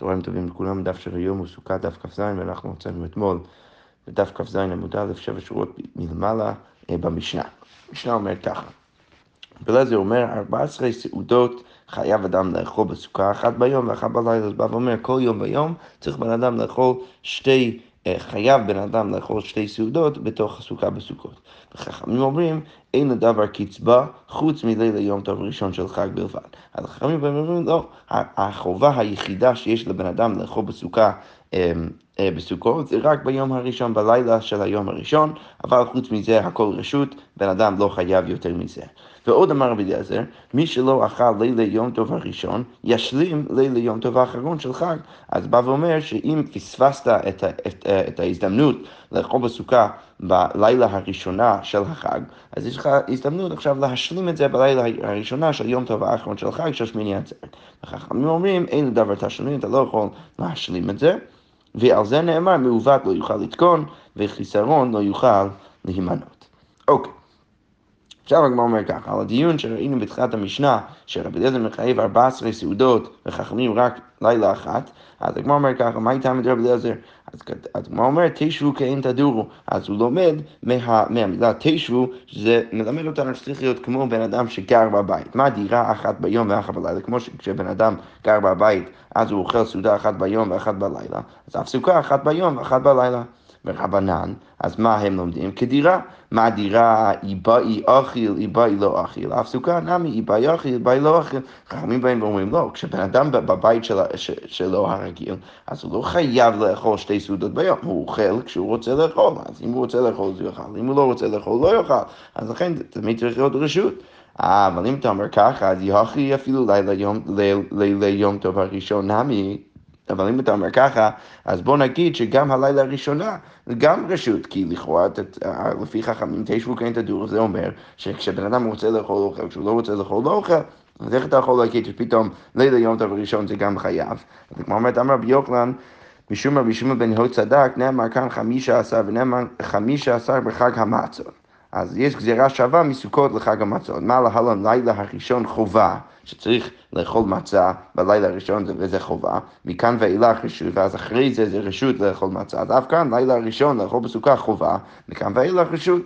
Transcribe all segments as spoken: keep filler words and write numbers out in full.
צהריים טובים לכולם, דף של היום הוא סוכה דף כ"ז, ואנחנו מצאנו אתמול בדף כ"ז עמוד א' שבע שורות מלמעלה במשנה. המשנה אומרת ככה, בלעזר אומר, ארבע עשרה סעודות חייב אדם לאכול בסוכה אחת ביום ואחת בלילה. אז בא ואומר, כל יום ביום צריך בן אדם לאכול שתי, חייב בן אדם לאכול שתי סעודות בתוך הסוכה בסוכות. וחכמים אומרים, אין לדבר קצבה חוץ מליל יום טוב ראשון של חג בלבד. אז חכמים אומרים, לא, החובה היחידה שיש לבן אדם לאכול בסוכה בסוכות זה רק ביום הראשון, בלילה של היום הראשון, אבל חוץ מזה הכל רשות, בן אדם לא חייב יותר מזה. ועוד אמר רבי אליעזר, מי שלא אכל ליל יום טוב הראשון, ישלים ליל יום טוב האחרון של חג. אז בא ואומר שאם פספסת את, ה, את, את ההזדמנות לאכול בסוכה בלילה הראשונה של החג, אז יש לך הזדמנות עכשיו להשלים את זה בלילה הראשונה של יום טוב האחרון של החג של שמיני עצרת. החכמים אומרים, אין לדבר תשלומים, אתה לא יכול להשלים את זה, ועל זה נאמר, מעוות לא יוכל לתקון, וחיסרון לא יוכל להימנות. אוקיי. עכשיו הגמרא אומר ככה, על הדיון שראינו בתחילת המשנה, שרבי אליעזר מחייב ארבע עשרה סעודות וחכמים רק לילה אחת, אז הגמרא אומר ככה, מה איתם את רבי אליעזר? אז הגמרא אומר, תשבו כאין תדורו. אז הוא לומד מה, מהמילה תשבו, שזה מלמד אותנו שצריך להיות כמו בן אדם שגר בבית. מה דירה אחת ביום ואחת בלילה? כמו שכשבן אדם גר בבית, אז הוא אוכל סעודה אחת ביום ואחת בלילה. אז אף סוכה אחת ביום ואחת בלילה. ורבנן, אז מה הם לומדים? כדירה. מה דירה? היא באי אכיל, היא באי לא אכיל. אף סוכה נמי, היא באי אכיל, היא באי לא אכיל. חכמים באים ואומרים, לא, כשבן אדם בבית של, ש, שלו הרגיל, אז הוא לא חייב לאכול שתי סעודות ביום, הוא אוכל כשהוא רוצה לאכול, אז אם הוא רוצה לאכול, הוא יאכל, אם הוא לא רוצה לאכול, לא יאכל. אז לכן תמיד צריך להיות רשות. אה, אבל אם אתה אומר ככה, אז יאכי אפילו לילה יום, לילה יום טוב הראשון נמי, אבל אם אתה אומר ככה, אז בוא נגיד שגם הלילה הראשונה, גם רשות, כי לכאורה, לפי חכמים, תשבו כאין תדורו, זה אומר שכשבן אדם רוצה לאכול אוכל, כשהוא לא רוצה לאכול לא אוכל, אז איך אתה יכול להגיד שפתאום לילה יום טוב הראשון זה גם חייב? אז כמו אומרת, אמר רבי יוחנן, משום רבי שמעון בן יהודה צדק, נאמר כאן חמישה עשר ונאמר חמישה עשר בחג המצות. אז יש גזירה שווה מסוכות לחג המצות. מה להלן לילה הראשון חובה, שצריך לאכול מצה בלילה הראשון, וזה חובה. מכאן ואילך רשות, ואז אחרי זה זה רשות לאכול מצה. אז אף כאן לילה הראשון לאכול בסוכה חובה, מכאן ואילך רשות.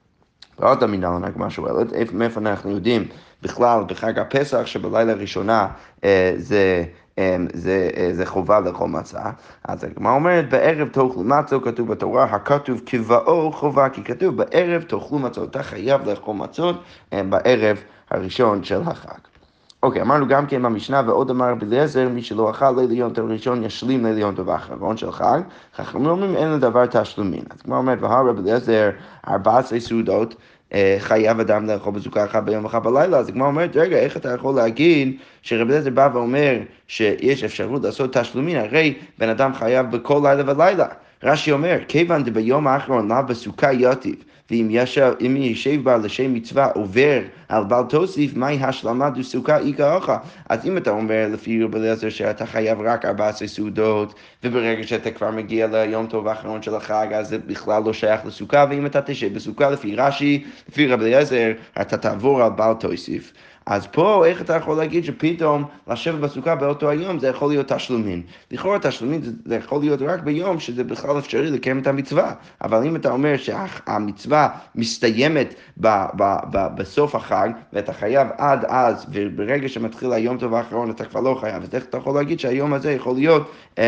ועוד המינהלן הגמרא שואלת, מאיפה אנחנו יודעים בכלל בחג הפסח שבלילה הראשונה אה, זה... זה, זה חובה לאכול מצה. אז הגמרא אומרת, בערב תאכלו מצה, כתוב בתורה, הכתוב כבאו חובה, כי כתוב בערב תאכלו מצות, אתה חייב לאכול מצות בערב הראשון של החג. אוקיי, אמרנו גם כן במשנה, ועוד אמר רבי אליעזר, מי שלא אכל ליל יום טוב ראשון ישלים ליל יום טוב האחרון של חג. חכמים אומרים אין לדבר תשלומים. אז הגמרא אומרת, והר רבי אליעזר ארבע עשרה סעודות חייב אדם לאכול בסוכה אחת ביום אחת בלילה. אז הגמרא אומרת, רגע, איך אתה יכול להגיד שרבי אליעזר בא ואומר שיש אפשרות לעשות תשלומים? הרי בן אדם חייב בכל לילה ולילה. רש"י אומר, כיוון דביום האחרון לאו בסוכה יתיב, ואם ישב, אם יישב בה לשם מצווה עובר על בל תוסיף, מהי השלמה דסוכה איכא אחא? אז אם אתה אומר לפי רבי אליעזר שאתה חייב רק ארבע עשרה סעודות, וברגע שאתה כבר מגיע ליום טוב האחרון של החג, אז זה בכלל לא שייך לסוכה, ואם אתה תשב בסוכה לפי רש"י, לפי רבי אליעזר, אתה תעבור על בל תוסיף. אז פה, איך אתה יכול להגיד שפתאום לשבת בסוכה באותו היום זה יכול להיות תשלומים? לכאורה תשלומים זה יכול להיות רק ביום שזה בכלל אפשרי לקיים את המצווה. אבל אם אתה אומר שהמצווה מסתיימת ב- ב- ב- בסוף החג, ואתה חייב עד אז, וברגע שמתחיל היום טוב האחרון אתה כבר לא חייב, אז איך אתה יכול להגיד שהיום הזה יכול להיות...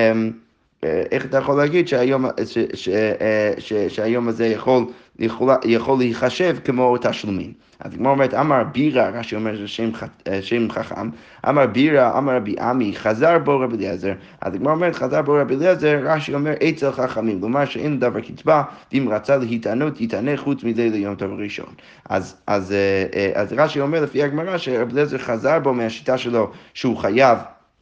איך אתה יכול להגיד שהיום, ש, ש, ש, שהיום הזה יכול, יכול, יכול להיחשב כמו תשלומים? אז כמו אומרת, אמר בירה, רש"י אומר שזה שם, שם חכם, אמר בירה, אמר רבי עמי, חזר בו רבי אליעזר. אז כמו אומרת, חזר בו רבי אליעזר, רש"י אומר, אצל חכמים, כלומר שאין דבר קצבה, ואם רצה להתענות, יתענה חוץ מליל יום טוב ראשון. אז, אז, אז רש"י אומר לפי הגמרא, שרבי אליעזר חזר בו מהשיטה שלו, שהוא חייב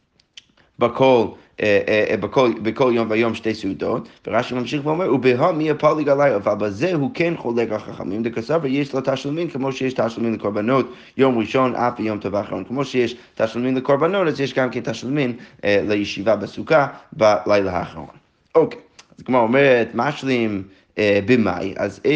בכל, בכל, בכל יום ויום שתי סעודות, ורש"י ממשיך ואומר, ובהא מי הפליג עליי, אבל בזה הוא כן חולק על חכמים, דכסף ויש לו תשלומים, כמו שיש תשלומים לקורבנות יום ראשון אף ויום טוב האחרון, כמו שיש תשלומים לקורבנות, אז יש גם כן תשלומים אה, לישיבה בסוכה בלילה האחרון. אוקיי, אז כמו אומרת, משלים אה, במאי, אז איך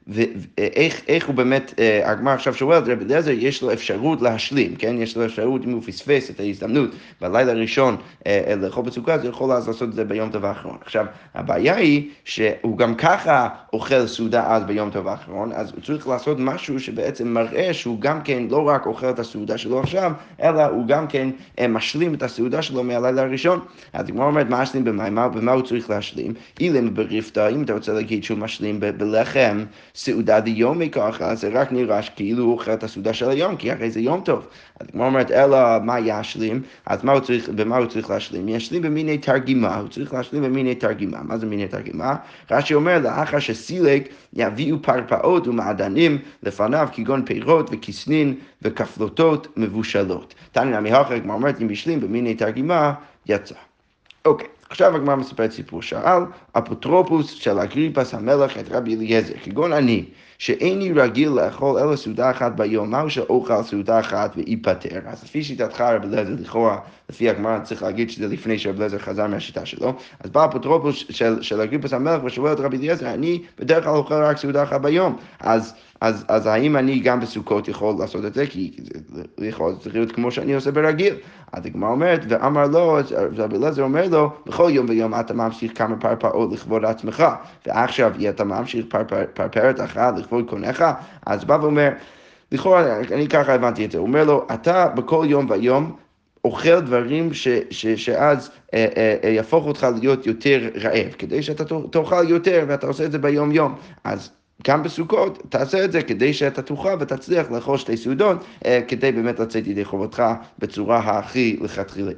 ואיך איך הוא באמת, הגמרא עכשיו שואלת, רבי אליעזר יש לו אפשרות להשלים, כן? יש לו אפשרות, אם הוא פספס את ההזדמנות בלילה הראשון לאכול בסוכה, אז הוא יכול אז לעשות את זה ביום טוב האחרון. עכשיו, הבעיה היא שהוא גם ככה אוכל סעודה אז ביום טוב האחרון, אז הוא צריך לעשות משהו שבעצם מראה שהוא גם כן לא רק אוכל את הסעודה שלו עכשיו, אלא הוא גם כן משלים את הסעודה שלו מהלילה הראשון. אז הגמרא אומרת, מה משלים במה? במה הוא צריך להשלים? אילם ברפתא, אם אתה רוצה להגיד שהוא משלים בלחם, סעודה דיומי ככה, זה רק נראה כאילו הוא אוכל את הסעודה של היום, כי הרי זה יום טוב. אז כמו אומרת, אלא מה ישלים? אז מה הוא צריך, במה הוא צריך להשלים? ישלים במיני תרגימה, הוא צריך להשלים במיני תרגימה. מה זה מיני תרגימה? רש"י אומר, לאחר שסילק יביאו פרפאות ומעדנים לפניו, כגון פירות וכסנין וכפלותות מבושלות. תניא מהכא, כמו אומרת, אם ישלים במיני תרגימה, יצא. אוקיי. עכשיו הגמרא מספרת סיפור, שאל אפוטרופוס של אגריפס המלך את רבי אליעזר, כגון אני, שאיני רגיל לאכול אלא סעודה אחת ביום, מהו שאוכל סעודה אחת וייפטר? אז לפי שיטתך רבי אליעזר, לכאורה, לפי הגמרא צריך להגיד שזה לפני שרבי אליעזר חזר מהשיטה שלו, אז בא אפוטרופוס של, של אגריפס המלך ושואל את רבי אליעזר, אני בדרך כלל אוכל רק סעודה אחת ביום, אז אז, אז האם אני גם בסוכות יכול לעשות את זה? כי זה יכול להיות כמו שאני עושה ברגיל. אז הגמרא אומרת, ואמר לו, רבי אליעזר אומר לו, בכל יום ויום אתה ממשיך כמה פרפרות לכבוד עצמך, ועכשיו אתה ממשיך פרפר, פרפרת אחת לכבוד קונך, אז בא ואומר, לכאורה, אני ככה הבנתי את זה, הוא אומר לו, אתה בכל יום ויום, אוכל דברים ש, ש, שאז אה, אה, יהפוך אותך להיות יותר רעב, כדי שאתה תאכל יותר, ואתה עושה את זה ביום יום. אז גם בסוכות, תעשה את זה כדי שאתה תוכל ותצליח לאכול שתי סעודות, כדי באמת לצאת ידי חובתך בצורה הכי לכתחילה.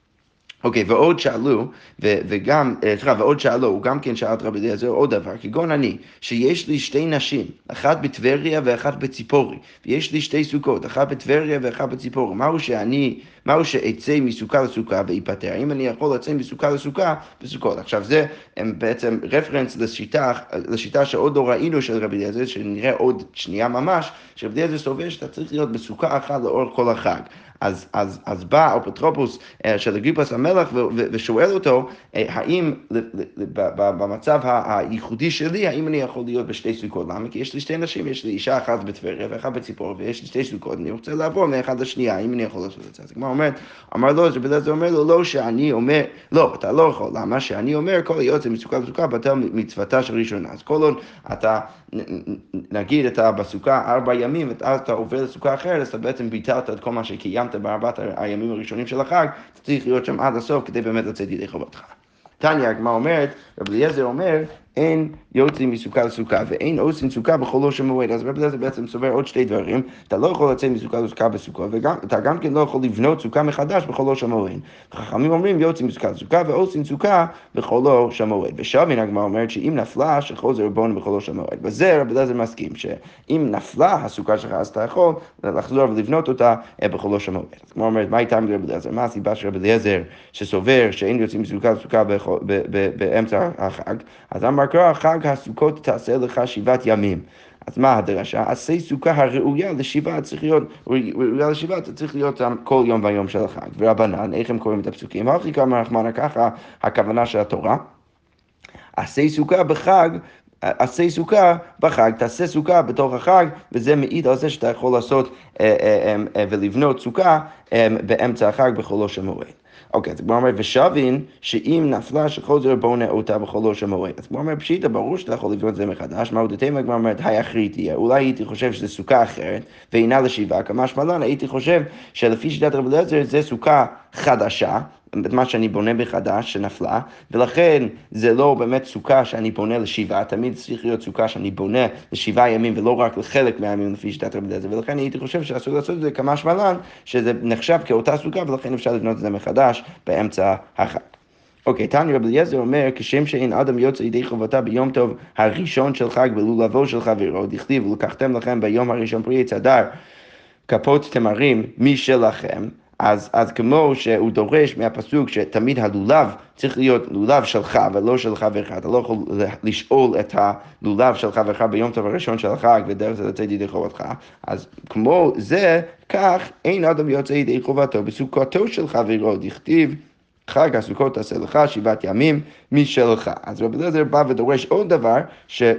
אוקיי, ועוד שאלו, ו- וגם, סליחה, ועוד שאלו, הוא גם כן שאל את רבי אליעזר עוד דבר, כגון אני, שיש לי שתי נשים, אחת בטבריה ואחת בציפורי, ויש לי שתי סוכות, אחת בטבריה ואחת בציפורי, מהו שאני, מהו שאצא מסוכה לסוכה וייפטר? האם אני יכול לצא מסוכה לסוכה בסוכות? עכשיו זה בעצם רפרנס לשיטה, לשיטה שעוד לא ראינו של רבי אליעזר, שנראה עוד שנייה ממש, שרבי אליעזר סובר שאתה צריך להיות בסוכה אחת לאורך כל החג. אז, אז, אז בא האפוטרופוס של אגריפס המלך ושואל אותו, האם במצב הייחודי שלי, האם אני יכול להיות בשתי סוכות? למה? כי יש לי שתי נשים, יש לי אישה אחת בטבריה ואחת בציפור, ויש לי שתי סוכות, אני רוצה לעבור מאחד לשנייה, האם אני יכול לעשות את זה? אז כמו אומרת, אמר לו, רבי אליעזר אומר לו, לא שאני אומר, לא, אתה לא יכול, למה? שאני אומר, כל היוצא מסוכה לסוכה, בטל מצוותה של ראשונה. אז כל עוד אתה, נגיד, אתה בסוכה ארבע ימים, ואז אתה עובר לסוכה אחרת, אז אתה בעצם ביטלת את כל מה שקיימת בארבעת הימים הראשונים של החג, אתה צריך להיות שם עד הסוף כדי באמת לצאת ידי חובתך. תניא, הגמרא אומרת, רבי אליעזר אומר, אין יוצאים מסוכה לסוכה, ואין עושים סוכה בחולו של מועד. אז רבי אליעזר בעצם סובר עוד שתי דברים, אתה לא יכול לצאת מסוכה לסוכה בסוכה, ואתה גם כן לא יכול לבנות סוכה מחדש בחולו של מועד. חכמים אומרים, יוצאים מסוכה לסוכה, ועושים סוכה בחולו של מועד. ושווין הגמרא אומרת, שאם נפלה, שחוזר רבון בחולו של מועד. בזה רבי אליעזר מסכים, שאם נפלה הסוכה שלך, אז אתה יכול לחזור ולבנות אותה בחולו של מועד. אז כמו אומרת, מה איתם רבי אליעזר? מה הסיבה של רבי אליעזר שסובר שאין יוצאים מסוכה לסוכה באמצע החג? אז אמר קרא, חג הסוכות תעשה לך שבעת ימים. אז מה הדרשה? עשה סוכה הראויה לשבעה, צריך להיות, ראויה לשבעה, צריך להיות כל יום ויום של החג. ורבנן, איך הם קוראים את הפסוקים? הכי כמה רחמנה ככה, הכוונה של התורה. עשה סוכה בחג, עשה סוכה בחג, תעשה סוכה בתוך החג, וזה מעיד על זה שאתה יכול לעשות ולבנות סוכה באמצע החג בחולו של מועד. אוקיי, אז כמו אומר, ושווין, שאם נפלה שחוזר בונה אותה בחולו של מועד. אז כמו אומר, פשיטה, ברור שאתה יכול לבנות את זה מחדש, מה עוד אתם, כמו אומרת, היי אחריתי, אולי הייתי חושב שזה סוכה אחרת, ואינה לשבעה, כמה שמלן, הייתי חושב שלפי שיטת רבי אליעזר זה סוכה חדשה, מה שאני בונה מחדש שנפלה, ולכן זה לא באמת סוכה שאני בונה לשבעה, תמיד צריך להיות סוכה שאני בונה לשבעה ימים ולא רק לחלק מהימים לפי שיטת רבי אליעזר, ולכן הייתי חושב שאסור לעשות את זה כמה שמלן, שזה נחשב כאותה סוכה ולכן אפשר לבנות את זה מחדש באמצע החג. אוקיי, תניא רבי אליעזר אומר, כשם שאין אדם יוצא ידי חובתה ביום טוב הראשון של חג בלולבו של חברו, דכתיב ולקחתם לכם ביום הראשון פרי עץ הדר, כפות תמרים משלכם, אז, אז כמו שהוא דורש מהפסוק שתמיד הלולב צריך להיות לולב שלך ולא של חברך, אתה לא יכול לשאול את הלולב של חברך ביום טוב הראשון של החג ודרך זה לצאת ידי חובתך, אז כמו זה, כך אין אדם יוצא ידי חובתו בסוכתו של חברו, דכתיב חג הסוכות תעשה לך שבעת ימים משלך. אז רבי אליעזר בא ודורש עוד דבר ש...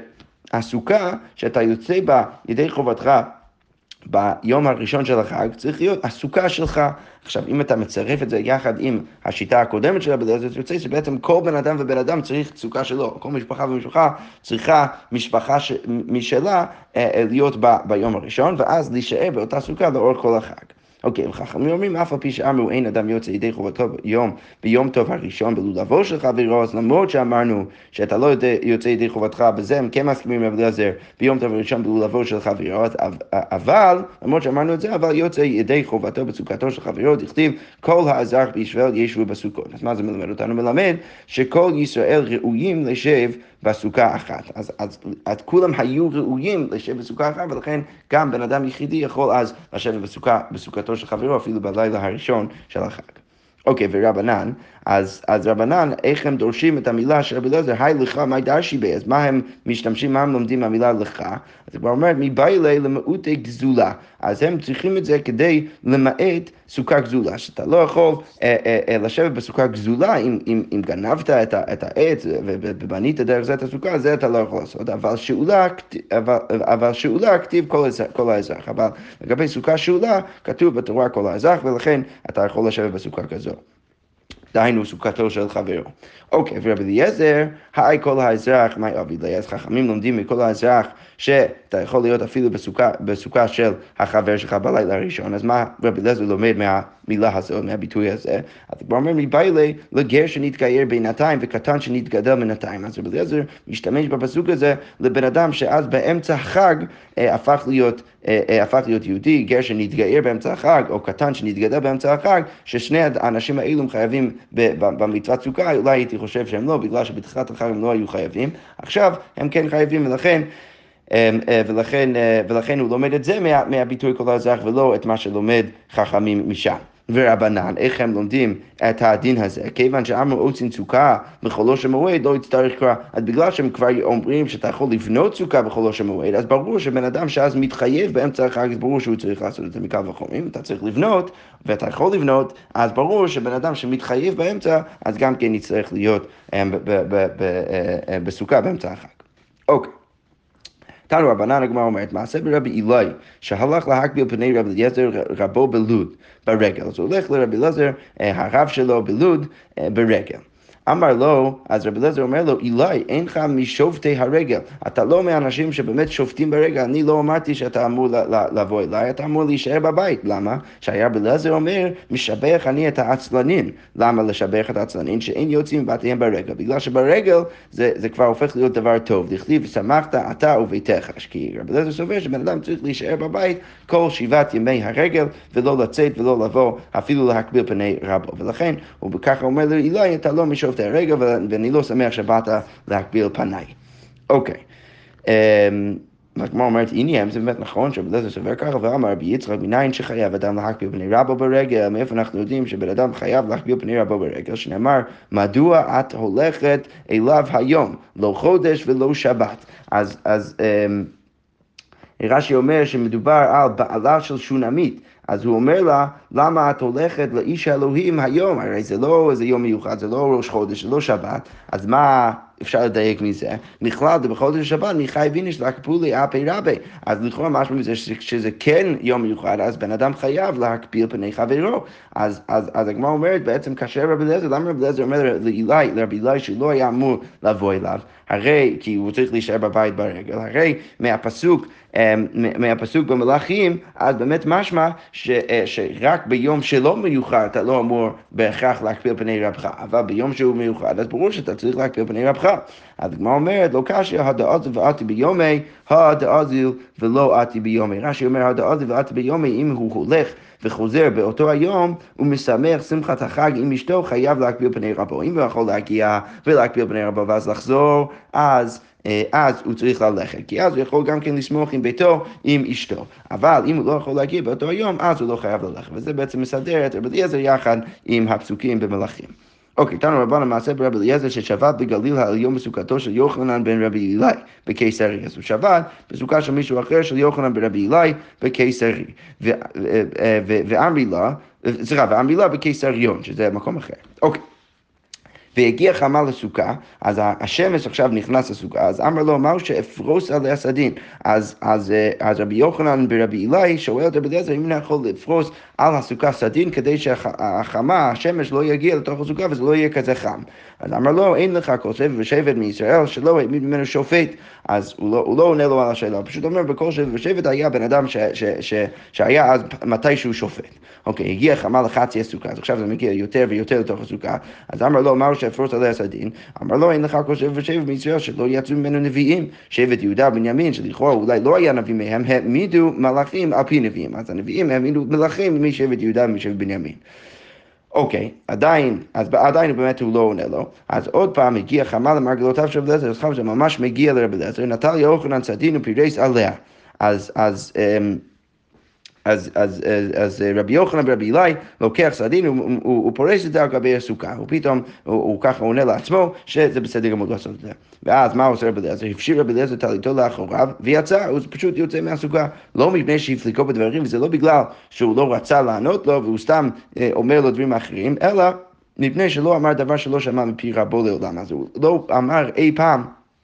הסוכה שאתה יוצא בה ידי חובתך ביום הראשון של החג, צריך להיות הסוכה שלך. עכשיו, אם אתה מצרף את זה יחד עם השיטה הקודמת של רבי אליעזר, זה יוצא שבעצם כל בן אדם ובן אדם צריך סוכה שלו, כל משפחה ומשפחה צריכה משפחה ש... משלה אה, להיות ב... ביום הראשון, ואז להישאר באותה סוכה לאור כל החג. אוקיי, okay, חכמים אומרים, אף על פי שאמרו, אין אדם יוצא ידי חובתו ביום, ביום טוב הראשון בלולבו של חברו, אז למרות שאמרנו שאתה לא יוצא ידי חובתך בזה, הם כן מסכימים רבי אליעזר ביום טוב הראשון בלולבו של חברו, אבל, למרות שאמרנו את זה, אבל יוצא ידי חובתו בסוכתו של חברו, דכתיב, כל האזרח בישראל ישבו בסוכות. אז מה זה מלמד אותנו? מלמד שכל ישראל ראויים לשב בסוכה אחת. אז, אז, אז כולם היו ראויים לשב בסוכה אחת, ולכן גם בן אדם יחידי יכול אז לשבת בסוכה, בסוכתו של חברו, אפילו בלילה הראשון של החג. אוקיי, ורבנן, אז, אז רבנן, איך הם דורשים את המילה של רבי אליעזר, היי לך, מה דרשי בי? אז מה הם משתמשים, מה הם לומדים מהמילה לך? אז כבר אומרת, מבעילי למעוטי גזולה. אז הם צריכים את זה כדי למעט סוכה גזולה, שאתה לא יכול אה, אה, אה, לשבת בסוכה גזולה, אם, אם, אם גנבת את, את העץ ובנית דרך זה את הסוכה, זה אתה לא יכול לעשות. אבל שאולה, אבל, אבל שאולה כתיב כל, כל האזרח. אבל לגבי סוכה שאולה, כתוב בתורה כל האזרח, ולכן אתה יכול לשבת בסוכה כזו. דהיינו סוכתו של חברו. אוקיי, ורבי אליעזר, היי כל האזרח, מה אבי לי? אז חכמים לומדים מכל האזרח שאתה יכול להיות אפילו בסוכה, בסוכה של החבר שלך בלילה הראשון. אז מה רבי אליעזר לומד מהמילה הזאת, מהביטוי הזה? אז כבר אומר מבעילי לגר שנתגייר בינתיים וקטן שנתגדל בינתיים. אז רבי אליעזר משתמש בפסוק הזה לבן אדם שאז באמצע החג אה, הפך להיות הפך להיות יהודי, גר שנתגייר באמצע החג, או קטן שנתגדל באמצע החג, ששני האנשים האלו חייבים במצוות סוכה, אולי הייתי חושב שהם לא, בגלל שבתחילת החג הם לא היו חייבים, עכשיו הם כן חייבים, ולכן, ולכן, ולכן הוא לומד את זה מה, מהביטוי כל האזרח, ולא את מה שלומד חכמים משם. ורבנן, איך הם לומדים את הדין הזה? כיוון שאמרו עושים סוכה בחולו של מועד, לא יצטרך קרא. אז בגלל שהם כבר אומרים שאתה יכול לבנות סוכה בחולו של מועד, אז ברור שבן אדם שאז מתחייב באמצע החג, אז ברור שהוא צריך לעשות את זה מקל וחומר. אם אתה צריך לבנות, ואתה יכול לבנות, אז ברור שבן אדם שמתחייב באמצע, אז גם כן יצטרך להיות בסוכה באמצע החג. אוקיי. תנו רבנן, הגמרא אומרת, מעשה ברבי אילאי, שהלך להקביל פני רבי אליעזר רבו בלוד ברגל. אז הוא הולך לרבי אליעזר, הרב שלו בלוד ברגל. אמר לו, אז רבי אליעזר אומר לו, אילאי, אינך משופטי הרגל. אתה לא מהאנשים שבאמת שופטים ברגל. אני לא אמרתי שאתה אמור לבוא אליי, אתה אמור להישאר בבית. למה? שהיה רבי אליעזר אומר, משבח אני את העצלנים. למה לשבח את העצלנים? שאין יוצאים מבתיהם ברגל. בגלל שברגל זה, זה כבר הופך להיות דבר טוב. דכתיב, ושמחת אתה וביתך. כי רבי אליעזר סובר שבן אדם צריך להישאר בבית כל שבעת ימי הרגל, ולא לצאת ולא לבוא, אפילו להקביל פני רבו. ולכן, הוא בכך אומר לו, אילאי, אתה לא משופטי הרגע, ואני לא שמח שבאת להקביל פניי. אוקיי. כמו אומרת, הנה, זה באמת נכון שרבי אליעזר סובר ככה, ואמר רבי יצחק, מניין שחייב אדם להקביל פני רבו ברגל, מאיפה אנחנו יודעים שבן אדם חייב להקביל פני רבו ברגל, שנאמר, מדוע את הולכת אליו היום, לא חודש ולא שבת. אז, אז, רש"י אומר שמדובר על בעלה של שונמית, אז הוא אומר לה, למה את הולכת לאיש האלוהים היום? הרי זה לא איזה יום מיוחד, זה לא ראש חודש, זה לא שבת, אז מה אפשר לדייק מזה? נכלל בחודש שבת, מיכאי ויניש להקפולי אפי רבי. אז לכאורה משהו מזה שזה כן יום מיוחד, אז בן אדם חייב להקפיל פני חברו. אז, אז, אז הגמרא אומרת, בעצם כאשר רבי אליעזר, למה רבי אליעזר אומר לאילי, לרבי אליי שהוא לא היה אמור לבוא אליו? הרי, כי הוא צריך להישאר בבית ברגל, הרי מהפסוק, מהפסוק במלאכים, אז באמת משמע ש, שרק ביום שלא מיוחד אתה לא אמור בהכרח להקפיל פני רבך, אבל ביום שהוא מיוחד, אז ברור שאתה צריך להקפיל פני רבך. אז כמו אומרת, לא קשיא, הדאזיל ואתי ביומי, הדאזיל ולא אתי ביומי. רש"י אומר, הדאזיל ואתי ביומי, אם הוא הולך וחוזר באותו היום, הוא משמח שמחת החג עם אשתו, חייב להקביל פני רבו. אם הוא יכול להגיע ולהקביל פני רבו ואז לחזור, אז... אז הוא צריך ללכת, כי אז הוא יכול גם כן לשמוח עם ביתו, עם אשתו. אבל אם הוא לא יכול להגיע באותו היום, אז הוא לא חייב ללכת. וזה בעצם מסדר את רבי אליעזר יחד עם הפסוקים במלאכים. אוקיי, תנו רבן המעשה ברבי אליעזר ששבת בגליל העליון בסוכתו של יוחנן בן רבי אילאי בקיסרי. אז הוא שבת בסוכה של מישהו אחר של יוחנן בן רבי אילאי בקיסרי. ואמרי לה, סליחה, ואמרי לה בקיסריון, שזה מקום אחר. אוקיי. והגיע חמה לסוכה, אז השמש עכשיו נכנס לסוכה, אז אמר לו, מהו שאפרוס עליה סדין? אז, אז, אז רבי יוחנן ברבי אלי שואל את רבי אליעזר, אם אני יכול לפרוס על הסוכה סדין, כדי שהחמה, השמש לא יגיע לתוך הסוכה, וזה לא יהיה כזה חם. אז אמר לו, אין לך כל שבט ושבט מישראל, שלא העמיד ממנו שופט. אז הוא לא, הוא לא עונה לו על השאלה, הוא פשוט אומר, בכל שבט ושבט היה בן אדם ש, ש, ש, שהיה אז מתי שהוא שופט. אוקיי, הגיע חמה לחצי הסוכה, אז עכשיו זה מגיע יותר ויותר לתוך הסוכה, אז אמר לו, מהו שאפרוס עליה סדין? אמר לו, אין לך כל שבט ושבט מישראל, שלא יצאו ממנו נביאים. שבט יהודה ובנימין, שלכאורה אולי לא היה נביא מהם, העמידו מלאכים על פי נביאים. אז הנביאים העמידו מלאכים משבט יהודה ומשבט בנימין. אוקיי, עדיין, אז עדיין באמת הוא לא עונה לו, אז עוד פעם הגיע חמה למרגלותיו של רבי אליעזר, אז חם שממש מגיע לרבי אליעזר, נטל יוחנן סדין ופירס עליה, אז, אז, אז, אז, אז, אז רבי יוחנן ברבי אלי לוקח סדין, הוא, הוא, הוא פורס את זה על גבי הסוכה, הוא פתאום, הוא, הוא ככה עונה לעצמו, שזה בסדר גמור לעשות את זה. ואז מה עושה רבי אליעזר? הפשיר רבי אליעזר טליתו לאחוריו, ויצא, הוא פשוט יוצא מהסוכה, לא מפני שהפליקו בדברים, וזה לא בגלל שהוא לא רצה לענות לו, והוא סתם אומר לו דברים אחרים, אלא מפני שלא אמר דבר שלא שמע מפי רבו לעולם, אז הוא לא אמר אי פעם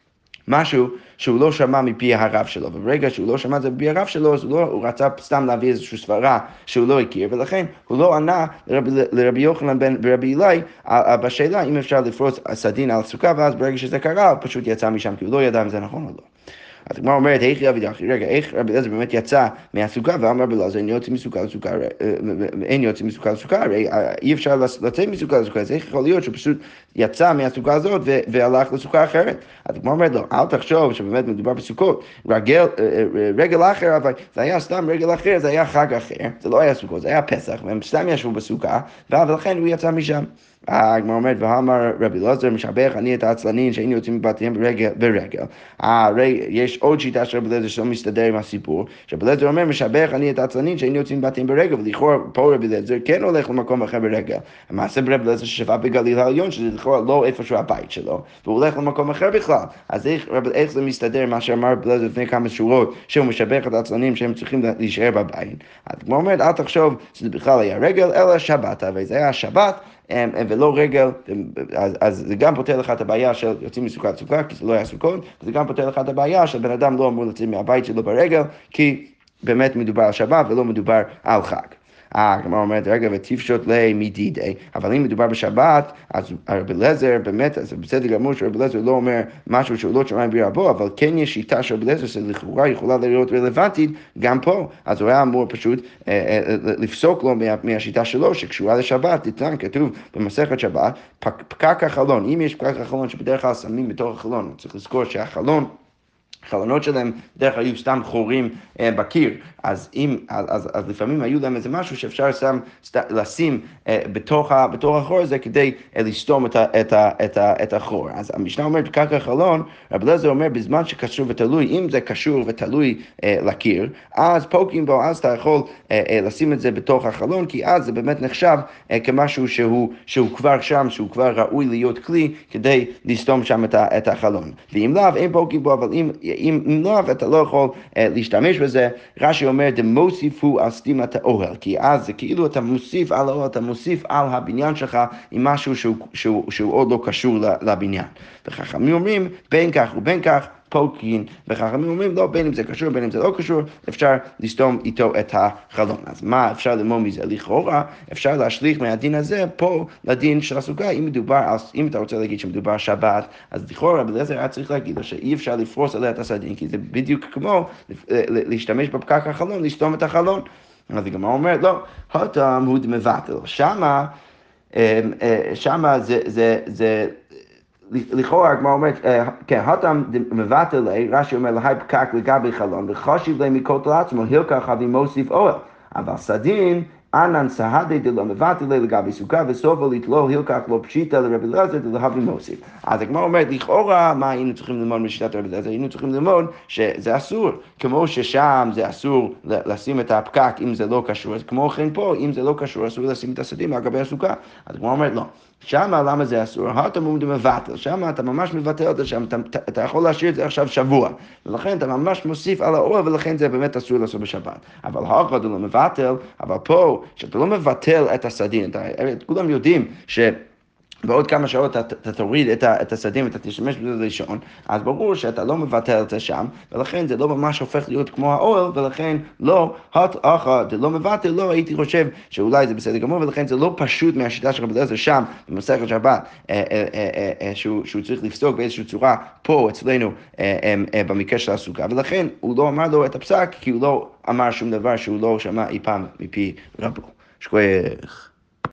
משהו שהוא לא שמע מפי הרב שלו, וברגע שהוא לא שמע את זה מפי הרב שלו, אז הוא, לא, הוא רצה סתם להביא איזושהי סברה שהוא לא הכיר, ולכן הוא לא ענה לרבי, לרבי יוחנן בן רבי אלי בשאלה אם אפשר לפרוס סדין על הסוכה, ואז ברגע שזה קרה, הוא פשוט יצא משם, כי הוא לא ידע אם זה נכון או לא. אז הגמרא אומרת, איך רבי אליעזר, רגע, איך רבי אליעזר באמת יצא מהסוכה, ואמר רבי אליעזר, אין יוצא מסוכה לסוכה, אין יוצא מסוכה לסוכה, הרי אי אפשר לצאת מסוכה לסוכה, אז איך יכול להיות שהוא פשוט יצא מהסוכה הזאת והלך לסוכה אחרת? אז הגמרא אומרת לו, אל תחשוב שבאמת מדובר בסוכות, רגל, רגל אחר, אבל זה היה סתם רגל אחר, זה היה חג אחר, זה לא היה סוכות, זה היה פסח, והם סתם ישבו בסוכה, ולכן הוא יצא משם. הגמרא אומרת, ואמר רבי אליעזר, משבח אני את העצלנים שאין יוצאים מבתיהם ברגל, ברגל. הרי יש עוד שיטה של רבי אליעזר שלא מסתדר עם הסיפור, שרבי אליעזר אומר, משבח אני את העצלנים שאין יוצאים מבתיהם ברגל, ולכאורה פה רבי אליעזר כן הולך למקום אחר ברגל. המעשה ברבי אליעזר ששבע בגליל העליון, שזה לכאורה לא איפשהו הבית שלו, והוא הולך למקום אחר בכלל. אז איך, איך זה מסתדר מה שאמר רבי אליעזר לפני כמה שורות, שהוא משבח את העצלנים שהם צריכים להישאר בבית. הגמרא אומרת, אל תחשוב שזה בכלל היה רגל, אלא שבת, וזה היה שבת, ולא רגל, אז, אז זה גם פותר לך את הבעיה של יוצאים מסוכה לסוכה, כי זה לא היה סוכות, וזה גם פותר לך את הבעיה של בן אדם לא אמור לצאת מהבית שלו ברגל, כי באמת מדובר על שבת ולא מדובר על חג. אה, כמו אומרת, רגע, ותפשוט לי מדידי, אבל אם מדובר בשבת, אז רבי אליעזר, באמת, אז בסדר גמור שרבי אליעזר לא אומר משהו שהוא לא שמע ברבו, אבל כן יש שיטה של רבי אליעזר שלכאורה יכולה להיות רלוונטית גם פה, אז הוא היה אמור פשוט אה, אה, לפסוק לו מה, מהשיטה שלו, שקשורה לשבת, איתן, כתוב במסכת שבת, פק, פקק החלון, אם יש פקק החלון שבדרך כלל שמים בתוך החלון, צריך לזכור שהחלון, החלונות שלהם בדרך כלל היו סתם חורים אה, בקיר, אז, אם, אז, אז, אז לפעמים היו להם איזה משהו שאפשר סתם, סת, לשים אה, בתוך, ה, בתוך החור הזה כדי אה, לסתום את, ה, את, ה, את, ה, את החור. אז המשנה אומרת, פקק החלון, רבי אליעזר אומר, בזמן שקשור ותלוי, אם זה קשור ותלוי אה, לקיר, אז פוקים בו, אז אתה יכול אה, אה, לשים את זה בתוך החלון, כי אז זה באמת נחשב אה, כמשהו שהוא, שהוא כבר שם, שהוא כבר ראוי להיות כלי, כדי לסתום שם את, ה, את החלון. ואם לאו, אין פוקים בו, אבל אם אם, אם לא, אתה לא יכול uh, להשתמש בזה. רש"י אומר, דמוסיפו על סתימת האוהל, כי אז זה כאילו אתה מוסיף על האוהל, אתה מוסיף על הבניין שלך עם משהו שהוא, שהוא, שהוא עוד לא קשור לבניין. וחכמים אומרים, בין כך ובין כך, פוקין, וחכמים אומרים, לא, בין אם זה קשור, בין אם זה לא קשור, אפשר לסתום איתו את החלון. אז מה אפשר ללמוד מזה? לכאורה, אפשר להשליך מהדין הזה פה לדין של הסוכה. אם מדובר, אם אתה רוצה להגיד שמדובר שבת, אז לכאורה, רבי אליעזר היה צריך להגיד לו שאי אפשר לפרוס עליה את הסדין, כי זה בדיוק כמו להשתמש בפקק החלון, לסתום את החלון. אז הגמרא אומרת, לא, הותם הוא דמבטל. שמה, שמה זה, זה, זה, לכאורה, הגמרא אומרת, כן, הותם מבטל לי, רש"י אומר, להי פקק לגבי חלון, וחשיב לי מקוטל עצמו, הילקח אבי מוסיף אוהל. אבל סדין, אנן סהדי דלא מבטל לי לגבי סוכה, וסובו לתלול הילקח לא פשיטה לרבי אליעזר דלהבי מוסיף. אז הגמרא אומרת, לכאורה, מה היינו צריכים ללמוד משיטת רבי אליעזר? היינו צריכים ללמוד שזה אסור, כמו ששם זה אסור לשים את הפקק אם זה לא קשור, אז כמו כן פה, אם זה לא קשור, אסור לשים את הסדין על גבי הסוכה. אז הגמרא אומרת, לא. שמה למה זה אסור? הותם הוא מבטל, שמה אתה ממש מבטל את זה, שם אתה, אתה יכול להשאיר את זה עכשיו שבוע, ולכן אתה ממש מוסיף על האוהל, ולכן זה באמת אסור לעשות בשבת. אבל הותם הוא לא מבטל, אבל פה, שאתה לא מבטל את הסדין, אתה, כולם יודעים ש... בעוד כמה שעות אתה תוריד את השדים ואתה תשתמש בזה לישון, אז ברור שאתה לא מבטל את זה שם, ולכן זה לא ממש הופך להיות כמו האוהל, ולכן לא, אחת, לא מבטל, לא הייתי חושב שאולי זה בסדר גמור, ולכן זה לא פשוט מהשיטה של רבי אליעזר שם, במסכת שבת, שהוא צריך לפסוק באיזושהי צורה פה אצלנו במקרה של הסוכה, ולכן הוא לא אמר לו את הפסק, כי הוא לא אמר שום דבר שהוא לא שמע אי פעם מפי רבו. שכוח.